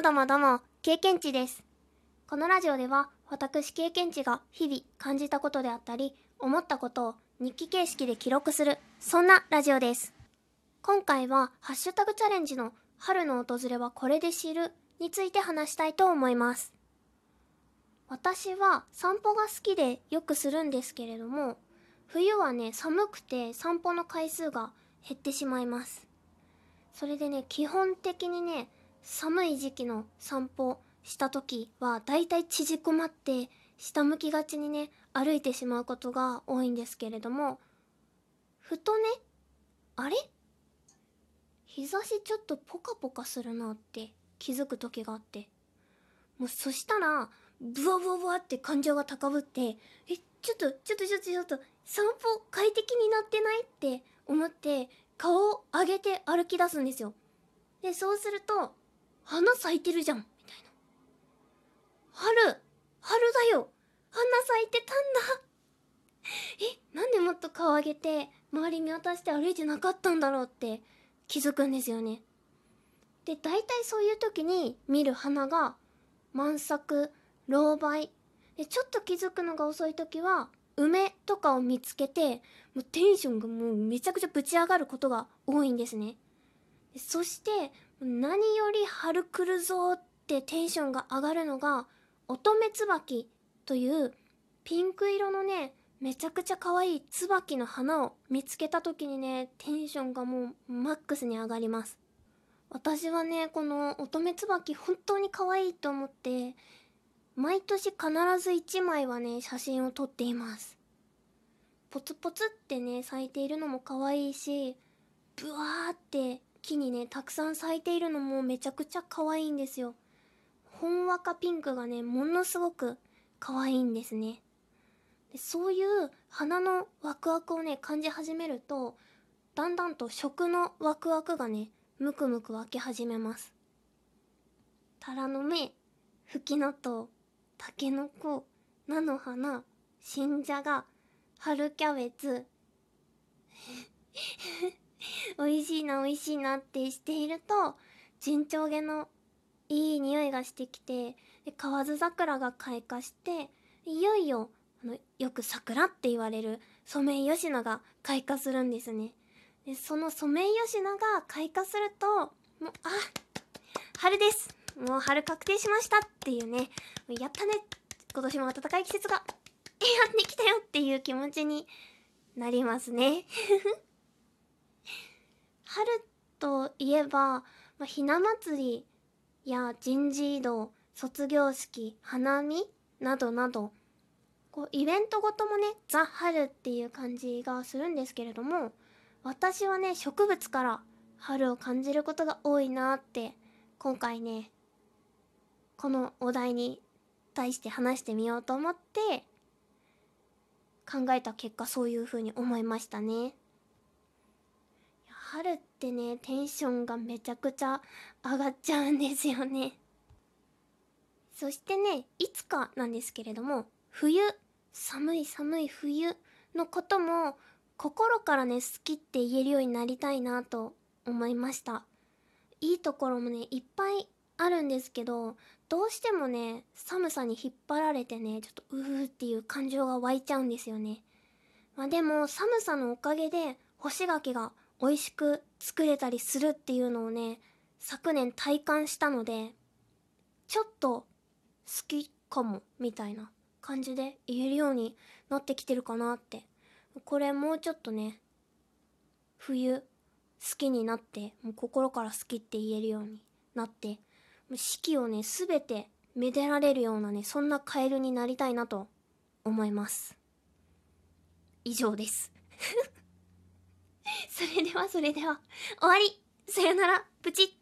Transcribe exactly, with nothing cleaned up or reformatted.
もどもども、経験値です。このラジオでは、私経験値が日々感じたことであったり、思ったことを日記形式で記録する、そんなラジオです。今回は、ハッシュタグチャレンジの春の訪れはこれで知るについて話したいと思います。私は散歩が好きでよくするんですけれども、冬はね、寒くて散歩の回数が減ってしまいます。それでね、基本的にね、寒い時期の散歩した時はだいたい縮こまって下向きがちにね、歩いてしまうことが多いんですけれども、ふとね、あれ日差しちょっとポカポカするなって気づく時があって、もうそしたらブワブワブワって感情が高ぶって、えちょっとちょっとちょっとちょっと散歩快適になってないって思って顔を上げて歩き出すんですよ。でそうすると花咲いてるじゃんみたいな。春春だよ、花咲いてたんだ。えなんでもっと顔上げて周り見渡して歩いてなかったんだろうって気づくんですよね。で大体そういう時に見る花が満咲、老梅で、ちょっと気づくのが遅い時は梅とかを見つけて、もうテンションがもうめちゃくちゃぶち上がることが多いんですね。でそして何より春来るぞってテンションが上がるのが乙女椿というピンク色のね、めちゃくちゃ可愛い椿の花を見つけた時にね、テンションがもうマックスに上がります。私はね、この乙女椿本当に可愛いと思って、毎年必ずいちまいはね、写真を撮っています。ポツポツってね、咲いているのも可愛いし、ブワーって木にね、たくさん咲いているのもめちゃくちゃ可愛いんですよ。ほんわかピンクがね、ものすごく可愛いんですね。でそういう花のワクワクをね、感じ始めると、だんだんと食のワクワクがね、むくむく湧き始めます。タラの芽、フキノトウ、タケノコ、菜の花、新じゃが、春キャベツ美味しいな美味しいなってしていると、順調げのいい匂いがしてきて、で河津桜が開花して、いよいよあのよく桜って言われるソメイヨシノが開花するんですね。でそのソメイヨシノが開花すると、もうあ春です、もう春確定しましたっていうね、やったね、今年も暖かい季節がやってきたよっていう気持ちになりますね春といえば、まあ、ひな祭りや人事異動、卒業式、花見などなど、こうイベントごともね、ザ・春っていう感じがするんですけれども、私はね、植物から春を感じることが多いなって、今回ね、このお題に対して話してみようと思って考えた結果、そういう風に思いましたね。春ってね、テンションがめちゃくちゃ上がっちゃうんですよね。そしてね、いつかなんですけれども、冬、寒い寒い冬のことも心からね、好きって言えるようになりたいなと思いました。いいところもね、いっぱいあるんですけど、どうしてもね、寒さに引っ張られてね、ちょっとうーっていう感情が湧いちゃうんですよね。まあでも、寒さのおかげで干し柿が美味しく作れたりするっていうのをね、昨年体感したので、ちょっと好きかもみたいな感じで言えるようになってきてるかなって。これもうちょっとね、冬好きになって、もう心から好きって言えるようになって、四季をね、すべてめでられるようなね、そんなカエルになりたいなと思います。以上ですそれではそれでは終わり、さよなら、プチッ。